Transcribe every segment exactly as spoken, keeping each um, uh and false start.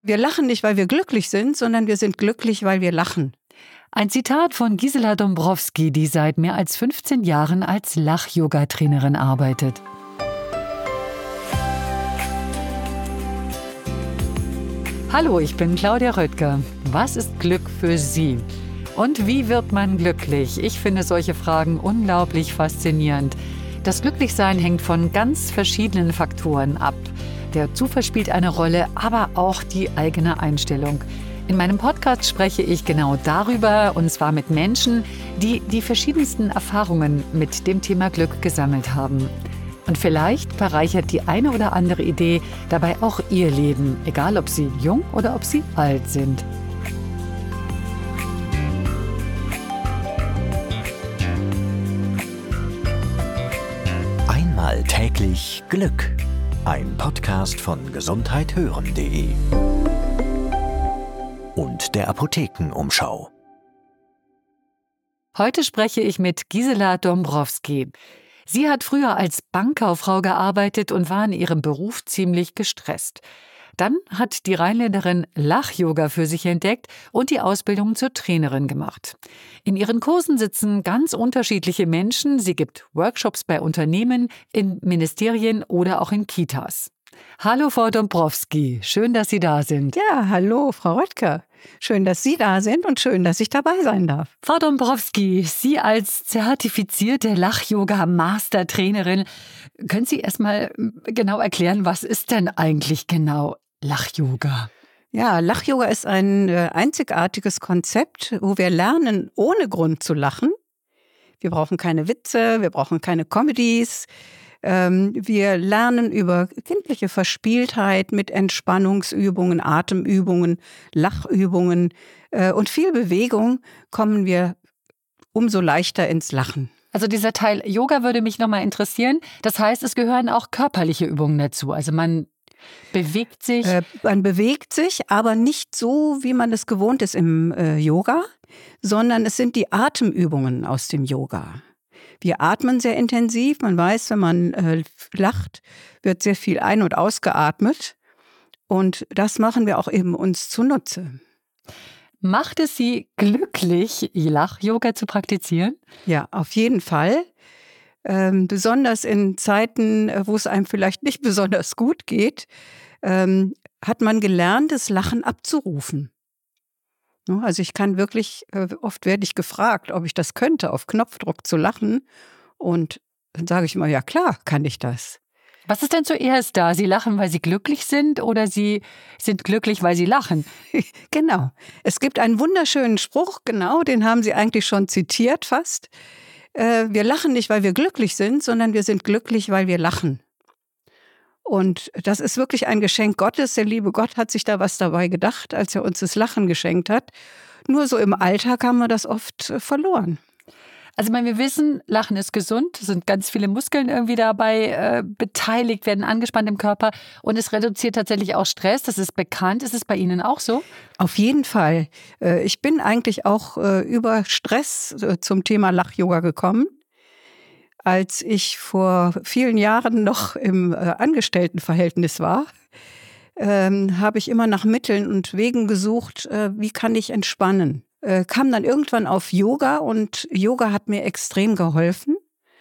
Wir lachen nicht, weil wir glücklich sind, sondern wir sind glücklich, weil wir lachen. Ein Zitat von Gisela Dombrowski, die seit mehr als fünfzehn Jahren als Lach-Yoga-Trainerin arbeitet. Hallo, ich bin Claudia Röttger. Was ist Glück für Sie? Und wie wird man glücklich? Ich finde solche Fragen unglaublich faszinierend. Das Glücklichsein hängt von ganz verschiedenen Faktoren ab. Der Zufall spielt eine Rolle, aber auch die eigene Einstellung. In meinem Podcast spreche ich genau darüber, und zwar mit Menschen, die die verschiedensten Erfahrungen mit dem Thema Glück gesammelt haben. Und vielleicht bereichert die eine oder andere Idee dabei auch Ihr Leben, egal ob Sie jung oder ob Sie alt sind. Einmal täglich Glück. Ein Podcast von gesundheit hören punkt de und der Apothekenumschau. Heute spreche ich mit Gisela Dombrowski. Sie hat früher als Bankkauffrau gearbeitet und war in ihrem Beruf ziemlich gestresst. Dann hat die Rheinländerin Lach-Yoga für sich entdeckt und die Ausbildung zur Trainerin gemacht. In ihren Kursen sitzen ganz unterschiedliche Menschen. Sie gibt Workshops bei Unternehmen, in Ministerien oder auch in Kitas. Hallo Frau Dombrowski, schön, dass Sie da sind. Ja, hallo Frau Röttger. Schön, dass Sie da sind und schön, dass ich dabei sein darf. Frau Dombrowski, Sie als zertifizierte Lach-Yoga-Master-Trainerin, können Sie erstmal genau erklären, was ist denn eigentlich genau Lach-Yoga? Ja, Lach-Yoga ist ein äh, einzigartiges Konzept, wo wir lernen, ohne Grund zu lachen. Wir brauchen keine Witze, wir brauchen keine Comedies. Ähm, wir lernen über kindliche Verspieltheit mit Entspannungsübungen, Atemübungen, Lachübungen äh, und viel Bewegung kommen wir umso leichter ins Lachen. Also dieser Teil Yoga würde mich nochmal interessieren. Das heißt, es gehören auch körperliche Übungen dazu. Also man bewegt sich. Äh, man bewegt sich, aber nicht so, wie man es gewohnt ist im äh, Yoga, sondern es sind die Atemübungen aus dem Yoga. Wir atmen sehr intensiv. Man weiß, wenn man äh, lacht, wird sehr viel ein- und ausgeatmet. Und das machen wir auch eben uns zunutze. Macht es Sie glücklich, Lach-Yoga zu praktizieren? Ja, auf jeden Fall. Ähm, besonders in Zeiten, wo es einem vielleicht nicht besonders gut geht, ähm, hat man gelernt, das Lachen abzurufen. Also ich kann wirklich, äh, oft werde ich gefragt, ob ich das könnte, auf Knopfdruck zu lachen. Und dann sage ich immer, ja klar, kann ich das. Was ist denn zuerst da? Sie lachen, weil Sie glücklich sind oder Sie sind glücklich, weil Sie lachen? Genau. Es gibt einen wunderschönen Spruch, genau, den haben Sie eigentlich schon zitiert fast. Äh, wir lachen nicht, weil wir glücklich sind, sondern wir sind glücklich, weil wir lachen. Und das ist wirklich ein Geschenk Gottes. Der liebe Gott hat sich da was dabei gedacht, als er uns das Lachen geschenkt hat. Nur so im Alltag haben wir das oft äh, verloren. Also ich meine, wir wissen, Lachen ist gesund, es sind ganz viele Muskeln irgendwie dabei äh, beteiligt, werden angespannt im Körper und es reduziert tatsächlich auch Stress, das ist bekannt. Ist es bei Ihnen auch so? Auf jeden Fall. Äh, ich bin eigentlich auch äh, über Stress äh, zum Thema Lach-Yoga gekommen. Als ich vor vielen Jahren noch im äh, Angestelltenverhältnis war, ähm, habe ich immer nach Mitteln und Wegen gesucht, äh, wie kann ich entspannen. Äh, kam dann irgendwann auf Yoga und Yoga hat mir extrem geholfen.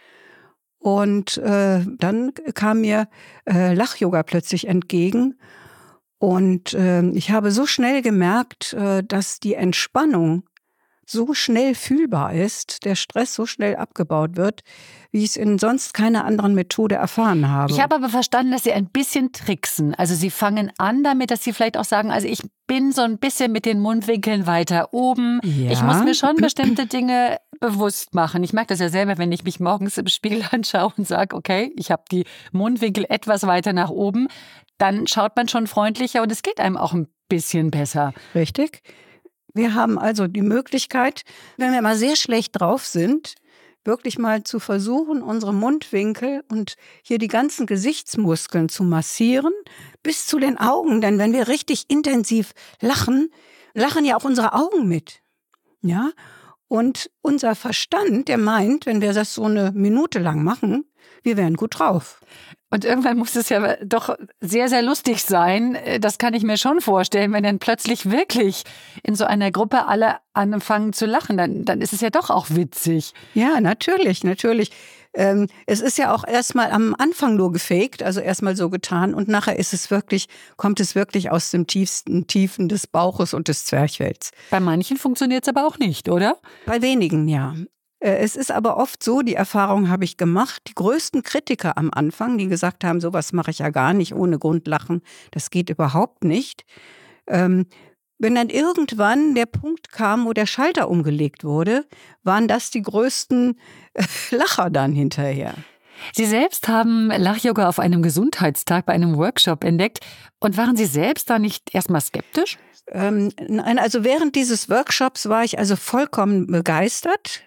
Und äh, dann kam mir äh, Lach-Yoga plötzlich entgegen. Und äh, ich habe so schnell gemerkt, äh, dass die Entspannung so schnell fühlbar ist, der Stress so schnell abgebaut wird, wie ich es in sonst keiner anderen Methode erfahren habe. Ich habe aber verstanden, dass Sie ein bisschen tricksen. Also Sie fangen an damit, dass Sie vielleicht auch sagen, also ich bin so ein bisschen mit den Mundwinkeln weiter oben. Ja. Ich muss mir schon bestimmte Dinge bewusst machen. Ich merke das ja selber, wenn ich mich morgens im Spiegel anschaue und sage, okay, ich habe die Mundwinkel etwas weiter nach oben, dann schaut man schon freundlicher und es geht einem auch ein bisschen besser. Richtig. Wir haben also die Möglichkeit, wenn wir mal sehr schlecht drauf sind, wirklich mal zu versuchen, unsere Mundwinkel und hier die ganzen Gesichtsmuskeln zu massieren, bis zu den Augen. Denn wenn wir richtig intensiv lachen, lachen ja auch unsere Augen mit. Ja? Und unser Verstand, der meint, wenn wir das so eine Minute lang machen, wir wären gut drauf. Und irgendwann muss es ja doch sehr, sehr lustig sein. Das kann ich mir schon vorstellen, wenn dann plötzlich wirklich in so einer Gruppe alle anfangen zu lachen. Dann, dann ist es ja doch auch witzig. Ja, natürlich, natürlich. Ähm, es ist ja auch erstmal am Anfang nur gefaked, also erstmal so getan. Und nachher ist es wirklich, kommt es wirklich aus den tiefsten Tiefen des Bauches und des Zwerchfells. Bei manchen funktioniert es aber auch nicht, oder? Bei wenigen, ja. Es ist aber oft so, die Erfahrung habe ich gemacht, die größten Kritiker am Anfang, die gesagt haben, sowas mache ich ja gar nicht, ohne Grund lachen, das geht überhaupt nicht. Ähm, wenn dann irgendwann der Punkt kam, wo der Schalter umgelegt wurde, waren das die größten äh, Lacher dann hinterher. Sie selbst haben Lach-Yoga auf einem Gesundheitstag bei einem Workshop entdeckt. Und waren Sie selbst da nicht erstmal skeptisch? Ähm, nein, also während dieses Workshops war ich also vollkommen begeistert.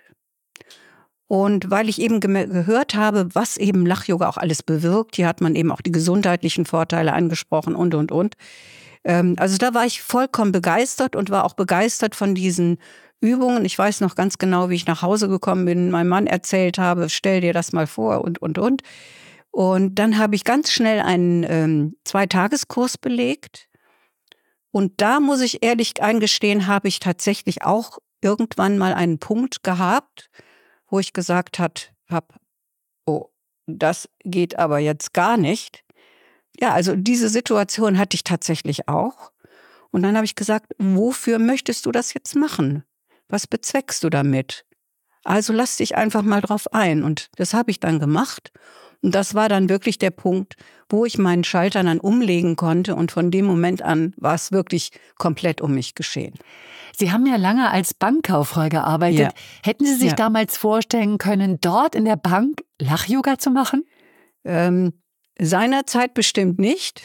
Und weil ich eben ge- gehört habe, was eben Lach-Yoga auch alles bewirkt, hier hat man eben auch die gesundheitlichen Vorteile angesprochen und, und, und. Ähm, also da war ich vollkommen begeistert und war auch begeistert von diesen Übungen. Ich weiß noch ganz genau, wie ich nach Hause gekommen bin, meinem Mann erzählt habe, stell dir das mal vor und, und, und. Und dann habe ich ganz schnell einen ähm, Zweitageskurs belegt. Und da muss ich ehrlich eingestehen, habe ich tatsächlich auch irgendwann mal einen Punkt gehabt, wo ich gesagt habe, oh, das geht aber jetzt gar nicht. Ja, also diese Situation hatte ich tatsächlich auch. Und dann habe ich gesagt, wofür möchtest du das jetzt machen? Was bezweckst du damit? Also lass dich einfach mal drauf ein. Und das habe ich dann gemacht. Und das war dann wirklich der Punkt, wo ich meinen Schalter dann umlegen konnte. Und von dem Moment an war es wirklich komplett um mich geschehen. Sie haben ja lange als Bankkauffrau gearbeitet. Ja. Hätten Sie sich Ja. damals vorstellen können, dort in der Bank Lach-Yoga zu machen? Ähm, seinerzeit bestimmt nicht.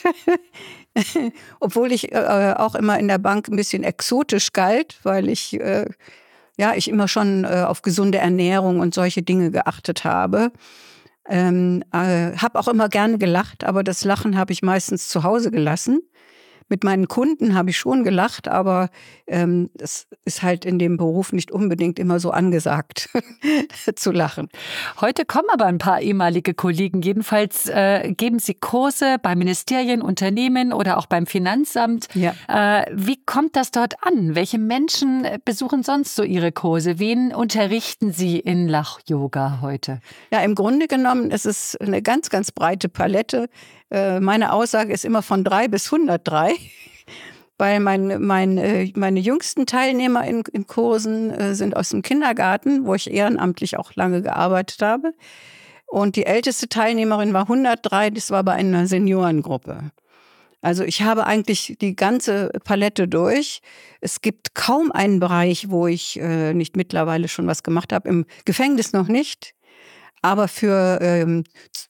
Obwohl ich äh, auch immer in der Bank ein bisschen exotisch galt, weil ich, äh, ja, ich immer schon äh, auf gesunde Ernährung und solche Dinge geachtet habe. Ähm, äh, habe auch immer gerne gelacht, aber das Lachen habe ich meistens zu Hause gelassen. Mit meinen Kunden habe ich schon gelacht, aber ähm, das ist halt in dem Beruf nicht unbedingt immer so angesagt, zu lachen. Heute kommen aber ein paar ehemalige Kollegen. Jedenfalls äh, geben Sie Kurse bei Ministerien, Unternehmen oder auch beim Finanzamt. Ja. Äh, wie kommt das dort an? Welche Menschen besuchen sonst so Ihre Kurse? Wen unterrichten Sie in Lach-Yoga heute? Ja, im Grunde genommen ist es eine ganz, ganz breite Palette. Äh, meine Aussage ist immer von drei bis hundertdrei. Weil mein, mein, äh, meine jüngsten Teilnehmer in, in Kursen äh, sind aus dem Kindergarten, wo ich ehrenamtlich auch lange gearbeitet habe. Und die älteste Teilnehmerin war hundertdrei, das war bei einer Seniorengruppe. Also ich habe eigentlich die ganze Palette durch. Es gibt kaum einen Bereich, wo ich äh, nicht mittlerweile schon was gemacht habe. Im Gefängnis noch nicht, aber für ähm,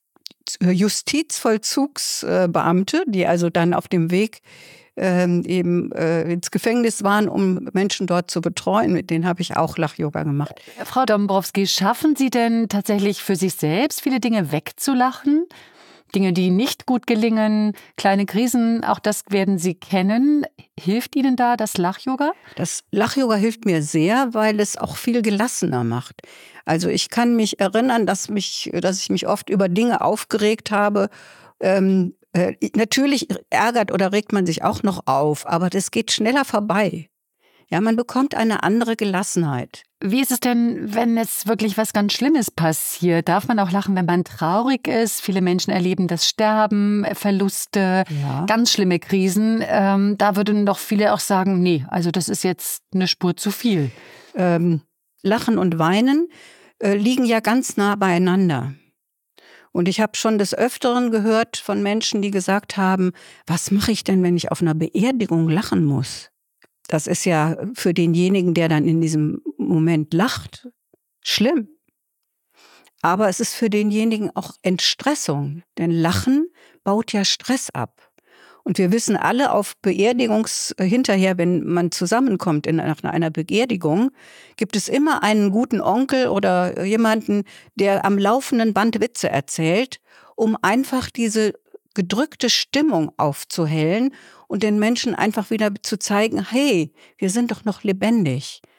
Justizvollzugsbeamte, die also dann auf dem Weg ähm, eben äh, ins Gefängnis waren, um Menschen dort zu betreuen. Mit denen habe ich auch Lach-Yoga gemacht. Frau Dombrowski, schaffen Sie denn tatsächlich für sich selbst viele Dinge wegzulachen? Dinge, die nicht gut gelingen, kleine Krisen, auch das werden Sie kennen. Hilft Ihnen da das Lach-Yoga? Das Lach-Yoga hilft mir sehr, weil es auch viel gelassener macht. Also ich kann mich erinnern, dass, mich, dass ich mich oft über Dinge aufgeregt habe. Ähm, äh, natürlich ärgert oder regt man sich auch noch auf, aber das geht schneller vorbei. Ja, man bekommt eine andere Gelassenheit. Wie ist es denn, wenn jetzt wirklich was ganz Schlimmes passiert? Darf man auch lachen, wenn man traurig ist? Viele Menschen erleben das Sterben, Verluste, Ja. ganz schlimme Krisen. Ähm, da würden doch viele auch sagen, nee, also das ist jetzt eine Spur zu viel. Ähm, Lachen und Weinen äh, liegen ja ganz nah beieinander. Und ich habe schon des Öfteren gehört von Menschen, die gesagt haben, was mache ich denn, wenn ich auf einer Beerdigung lachen muss? Das ist ja für denjenigen, der dann in diesem Moment lacht, schlimm. Aber es ist für denjenigen auch Entstressung. Denn Lachen baut ja Stress ab. Und wir wissen alle auf Beerdigungs hinterher, wenn man zusammenkommt in, nach einer Beerdigung, gibt es immer einen guten Onkel oder jemanden, der am laufenden Band Witze erzählt, um einfach diese gedrückte Stimmung aufzuhellen und den Menschen einfach wieder zu zeigen, hey, wir sind doch noch lebendig.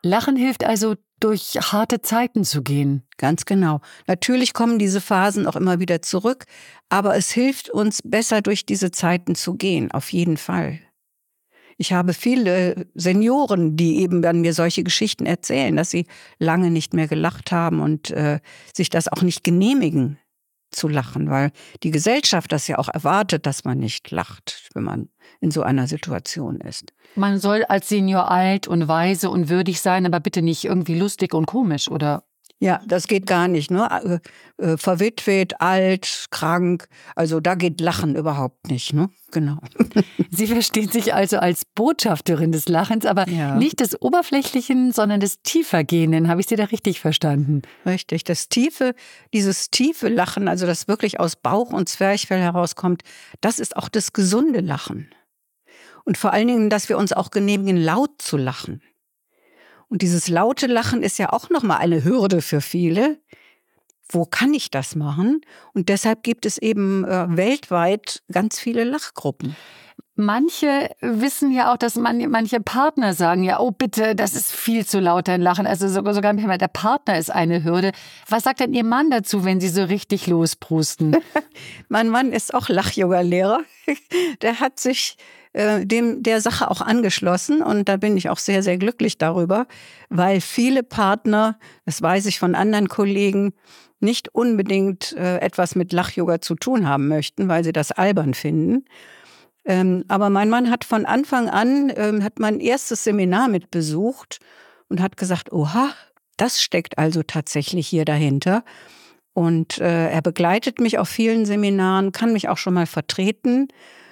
Lachen hilft also, durch harte Zeiten zu gehen. Ganz genau. Natürlich kommen diese Phasen auch immer wieder zurück, aber es hilft uns besser durch diese Zeiten zu gehen, auf jeden Fall. Ich habe viele Senioren, die eben dann mir solche Geschichten erzählen, dass sie lange nicht mehr gelacht haben und äh, sich das auch nicht genehmigen zu lachen, weil die Gesellschaft das ja auch erwartet, dass man nicht lacht, wenn man in so einer Situation ist. Man soll als Senior alt und weise und würdig sein, aber bitte nicht irgendwie lustig und komisch, oder? Ja, das geht gar nicht. Ne? Äh, äh, verwitwet, alt, krank, also da geht Lachen überhaupt nicht. Ne? Genau. Sie verstehen sich also als Botschafterin des Lachens, aber Ja. nicht des Oberflächlichen, sondern des Tiefergehenden. Habe ich Sie da richtig verstanden? Richtig. Das tiefe, dieses tiefe Lachen, also das wirklich aus Bauch und Zwerchfell herauskommt, das ist auch das gesunde Lachen. Und vor allen Dingen, dass wir uns auch genehmigen, laut zu lachen. Und dieses laute Lachen ist ja auch nochmal eine Hürde für viele. Wo kann ich das machen? Und deshalb gibt es eben äh, weltweit ganz viele Lachgruppen. Manche wissen ja auch, dass man, manche Partner sagen, ja, oh bitte, das ist viel zu laut, dein Lachen. Also sogar, sogar der Partner ist eine Hürde. Was sagt denn Ihr Mann dazu, wenn Sie so richtig losprusten? Mein Mann ist auch Lach-Yoga-Lehrer. Der hat sich äh, dem der Sache auch angeschlossen und da bin ich auch sehr, sehr glücklich darüber, weil viele Partner, das weiß ich von anderen Kollegen, nicht unbedingt äh, etwas mit Lach-Yoga zu tun haben möchten, weil sie das albern finden. Ähm, aber mein Mann hat von Anfang an, ähm, hat mein erstes Seminar mitbesucht und hat gesagt, oha, das steckt also tatsächlich hier dahinter. Und äh, er begleitet mich auf vielen Seminaren, kann mich auch schon mal vertreten.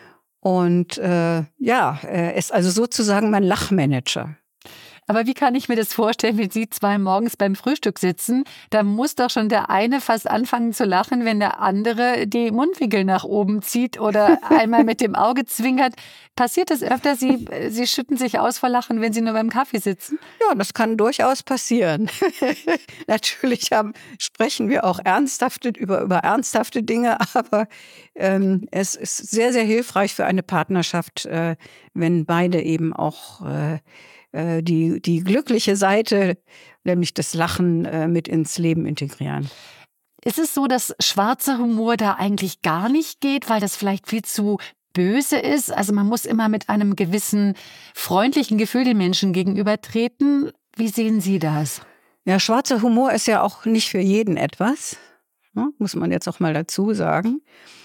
Und äh, ja, er ist also sozusagen mein Lachmanager. Aber wie kann ich mir das vorstellen, wenn Sie zwei morgens beim Frühstück sitzen? Da muss doch schon der eine fast anfangen zu lachen, wenn der andere die Mundwinkel nach oben zieht oder einmal mit dem Auge zwinkert. Passiert das öfter? Sie, Sie schütten sich aus vor Lachen, wenn Sie nur beim Kaffee sitzen? Ja, das kann durchaus passieren. Natürlich haben, sprechen wir auch ernsthafte, über, über ernsthafte Dinge, aber ähm, es ist sehr, sehr hilfreich für eine Partnerschaft, äh, wenn beide eben auch äh, Die, die glückliche Seite, nämlich das Lachen, äh, mit ins Leben integrieren. Ist es so, dass schwarzer Humor da eigentlich gar nicht geht, weil das vielleicht viel zu böse ist? Also man muss immer mit einem gewissen freundlichen Gefühl den Menschen gegenübertreten. Wie sehen Sie das? Ja, schwarzer Humor ist ja auch nicht für jeden etwas, ne? Muss man jetzt auch mal dazu sagen.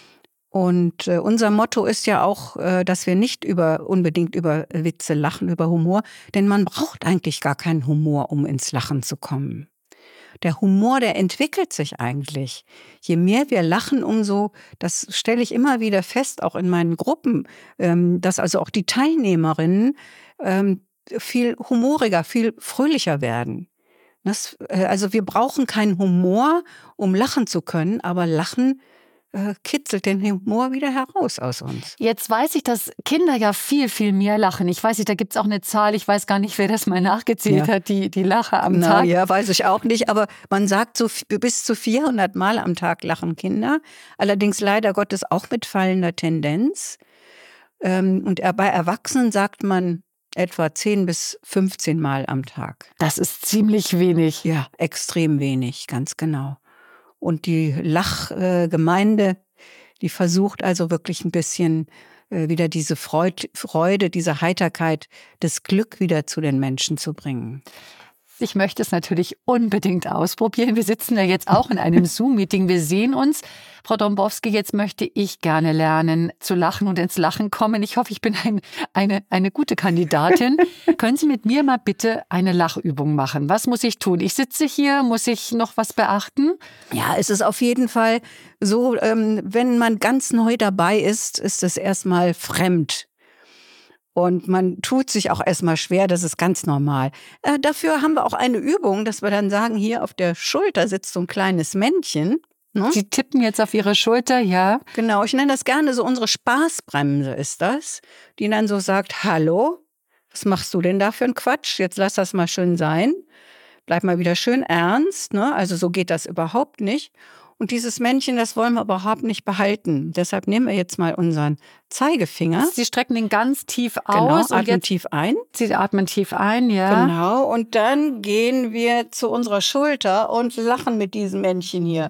Und äh, unser Motto ist ja auch, äh, dass wir nicht über, unbedingt über Witze lachen, über Humor, denn man braucht eigentlich gar keinen Humor, um ins Lachen zu kommen. Der Humor, der entwickelt sich eigentlich. Je mehr wir lachen, umso, das stelle ich immer wieder fest, auch in meinen Gruppen, ähm, dass also auch die Teilnehmerinnen ähm, viel humoriger, viel fröhlicher werden. Das, äh, also wir brauchen keinen Humor, um lachen zu können, aber Lachen kitzelt den Humor wieder heraus aus uns. Jetzt weiß ich, dass Kinder ja viel, viel mehr lachen. Ich weiß nicht, da gibt es auch eine Zahl, ich weiß gar nicht, wer das mal nachgezählt ja. hat, die, die Lache am Na, Tag. Ja, weiß ich auch nicht, aber man sagt, so bis zu vierhundert Mal am Tag lachen Kinder. Allerdings leider Gottes auch mit fallender Tendenz. Und bei Erwachsenen sagt man etwa zehn bis fünfzehn Mal am Tag. Das ist ziemlich wenig. Ja, extrem wenig, ganz genau. Und die Lachgemeinde, die versucht also wirklich ein bisschen wieder diese Freude, diese Heiterkeit, das Glück wieder zu den Menschen zu bringen. Ich möchte es natürlich unbedingt ausprobieren. Wir sitzen ja jetzt auch in einem Zoom-Meeting. Wir sehen uns. Frau Dombowski, jetzt möchte ich gerne lernen zu lachen und ins Lachen kommen. Ich hoffe, ich bin ein, eine, eine gute Kandidatin. Können Sie mit mir mal bitte eine Lachübung machen? Was muss ich tun? Ich sitze hier, muss ich noch was beachten? Ja, es ist auf jeden Fall so, ähm, wenn man ganz neu dabei ist, ist es erstmal fremd. Und man tut sich auch erstmal schwer, das ist ganz normal. Äh, dafür haben wir auch eine Übung, dass wir dann sagen, hier auf der Schulter sitzt so ein kleines Männchen. Ne? Sie tippen jetzt auf Ihre Schulter, ja? Genau, ich nenne das gerne so unsere Spaßbremse ist das, die dann so sagt, hallo, was machst du denn da für einen Quatsch? Jetzt lass das mal schön sein. Bleib mal wieder schön ernst. Ne? Also so geht das überhaupt nicht. Und dieses Männchen, das wollen wir überhaupt nicht behalten. Deshalb nehmen wir jetzt mal unseren Zeigefinger. Sie strecken den ganz tief aus. Genau, und atmen jetzt, tief ein. Sie atmen tief ein, ja. Genau, und dann gehen wir zu unserer Schulter und lachen mit diesem Männchen hier.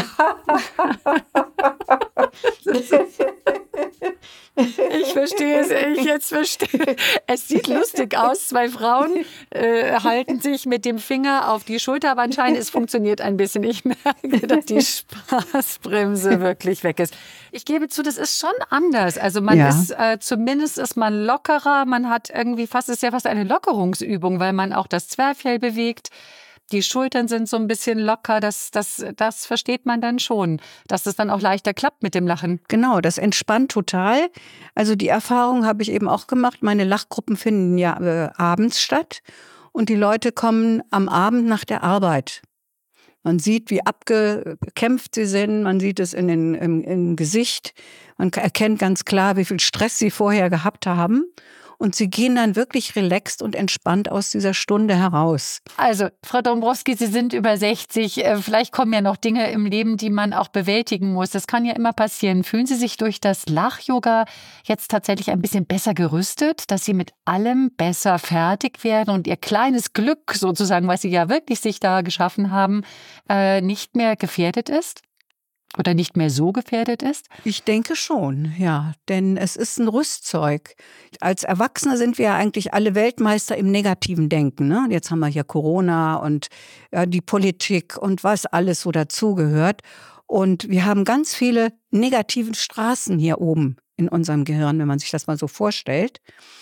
Ich verstehe es, ich jetzt verstehe. Es sieht lustig aus. Zwei Frauen äh, halten sich mit dem Finger auf die Schulter, aber anscheinend es funktioniert ein bisschen. Ich merke, dass die Spaßbremse wirklich weg ist. Ich gebe zu, das ist schon anders. Also man Ja. ist, äh, zumindest ist man lockerer. Man hat irgendwie fast, es ist ja fast eine Lockerungsübung, weil man auch das Zwerchfell bewegt. Die Schultern sind so ein bisschen locker, das, das, das versteht man dann schon, dass es dann auch leichter klappt mit dem Lachen. Genau, das entspannt total. Also die Erfahrung habe ich eben auch gemacht. Meine Lachgruppen finden ja äh, abends statt und die Leute kommen am Abend nach der Arbeit. Man sieht, wie abgekämpft sie sind, man sieht es in den, im, im Gesicht, man erkennt ganz klar, wie viel Stress sie vorher gehabt haben. Und sie gehen dann wirklich relaxed und entspannt aus dieser Stunde heraus. Also, Frau Dombrowski, Sie sind über sechzig. Vielleicht kommen ja noch Dinge im Leben, die man auch bewältigen muss. Das kann ja immer passieren. Fühlen Sie sich durch das Lach-Yoga jetzt tatsächlich ein bisschen besser gerüstet, dass Sie mit allem besser fertig werden und Ihr kleines Glück sozusagen, was Sie ja wirklich sich da geschaffen haben, äh, nicht mehr gefährdet ist? Oder nicht mehr so gefährdet ist? Ich denke schon, ja, denn es ist ein Rüstzeug. Als Erwachsene sind wir ja eigentlich alle Weltmeister im negativen Denken. Ne? Jetzt haben wir hier Corona und ja, die Politik und was alles so dazugehört. Und wir haben ganz viele negative Straßen hier oben in unserem Gehirn, wenn man sich das mal so vorstellt.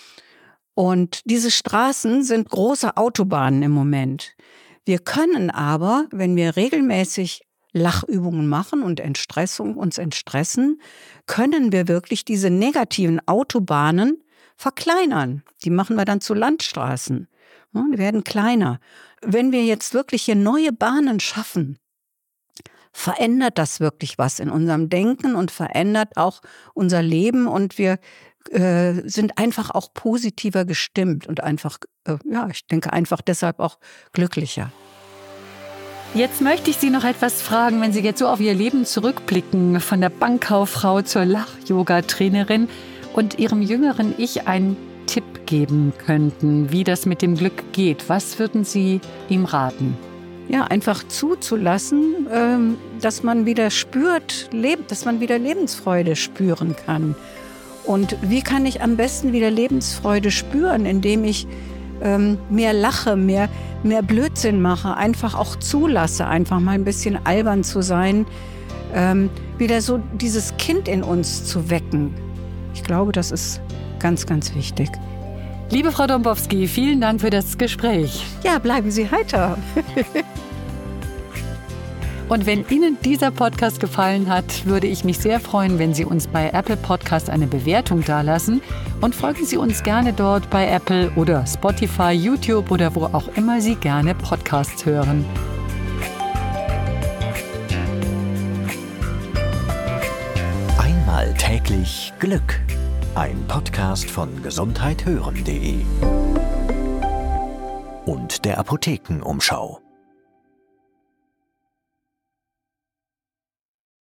Und diese Straßen sind große Autobahnen im Moment. Wir können aber, wenn wir regelmäßig Lachübungen machen und Entstressung uns entstressen, können wir wirklich diese negativen Autobahnen verkleinern. Die machen wir dann zu Landstraßen. Ja, die werden kleiner. Wenn wir jetzt wirklich hier neue Bahnen schaffen, verändert das wirklich was in unserem Denken und verändert auch unser Leben und wir äh, sind einfach auch positiver gestimmt und einfach, äh, ja, ich denke einfach deshalb auch glücklicher. Jetzt möchte ich Sie noch etwas fragen, wenn Sie jetzt so auf Ihr Leben zurückblicken, von der Bankkauffrau zur Lach-Yoga-Trainerin und Ihrem jüngeren Ich einen Tipp geben könnten, wie das mit dem Glück geht. Was würden Sie ihm raten? Ja, einfach zuzulassen, ähm, dass man wieder spürt, lebt, dass man wieder Lebensfreude spüren kann. Und wie kann ich am besten wieder Lebensfreude spüren, indem ich ähm, mehr lache, mehr, mehr Blödsinn mache, einfach auch zulasse, einfach mal ein bisschen albern zu sein, ähm, wieder so dieses Kind in uns zu wecken. Ich glaube, das ist ganz, ganz wichtig. Liebe Frau Dombrowski, vielen Dank für das Gespräch. Ja, bleiben Sie heiter. Und wenn Ihnen dieser Podcast gefallen hat, würde ich mich sehr freuen, wenn Sie uns bei Apple Podcast eine Bewertung dalassen. Und folgen Sie uns gerne dort bei Apple oder Spotify, YouTube oder wo auch immer Sie gerne Podcasts hören. Einmal täglich Glück. Ein Podcast von gesundheit hören punkt de und der Apothekenumschau.